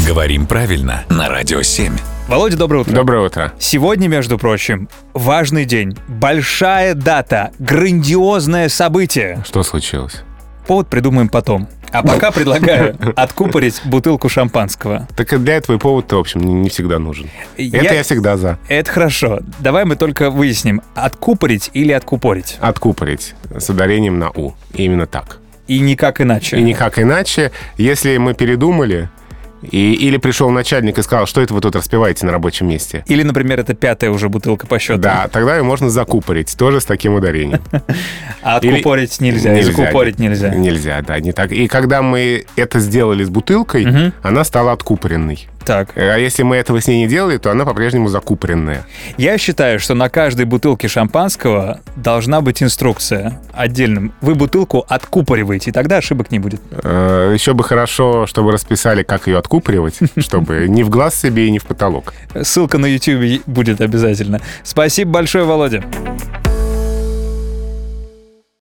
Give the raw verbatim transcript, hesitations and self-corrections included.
Говорим правильно на Радио семь. Володя, доброе утро. Доброе утро. Сегодня, между прочим, важный день, большая дата, грандиозное событие. Что случилось? Повод придумаем потом. А пока предлагаю откупорить бутылку шампанского. Так и для этого и повод-то, в общем, не, не всегда нужен. Я- Это я всегда за. Это хорошо. Давай мы только выясним, откупорить или откупорить. Откупорить с ударением на «у». Именно так. И никак иначе. И никак иначе. Если мы передумали, и, или пришел начальник и сказал, что это вы тут распиваете на рабочем месте. Или, например, это пятая уже бутылка по счету. Да, тогда ее можно закупорить, тоже с таким ударением. А откупорить нельзя, и закупорить нельзя. Нельзя, да, не так. И когда мы это сделали с бутылкой, Мгм. она стала откупоренной. Так. А если мы этого с ней не делали, то она по-прежнему закупоренная. Я считаю, что на каждой бутылке шампанского должна быть инструкция отдельным. Вы бутылку откупориваете, и тогда ошибок не будет. Э, Еще бы хорошо, чтобы расписали, как ее откупоривать, чтобы ни в глаз себе и ни в потолок. Ссылка на YouTube будет обязательно. Спасибо большое, Володя.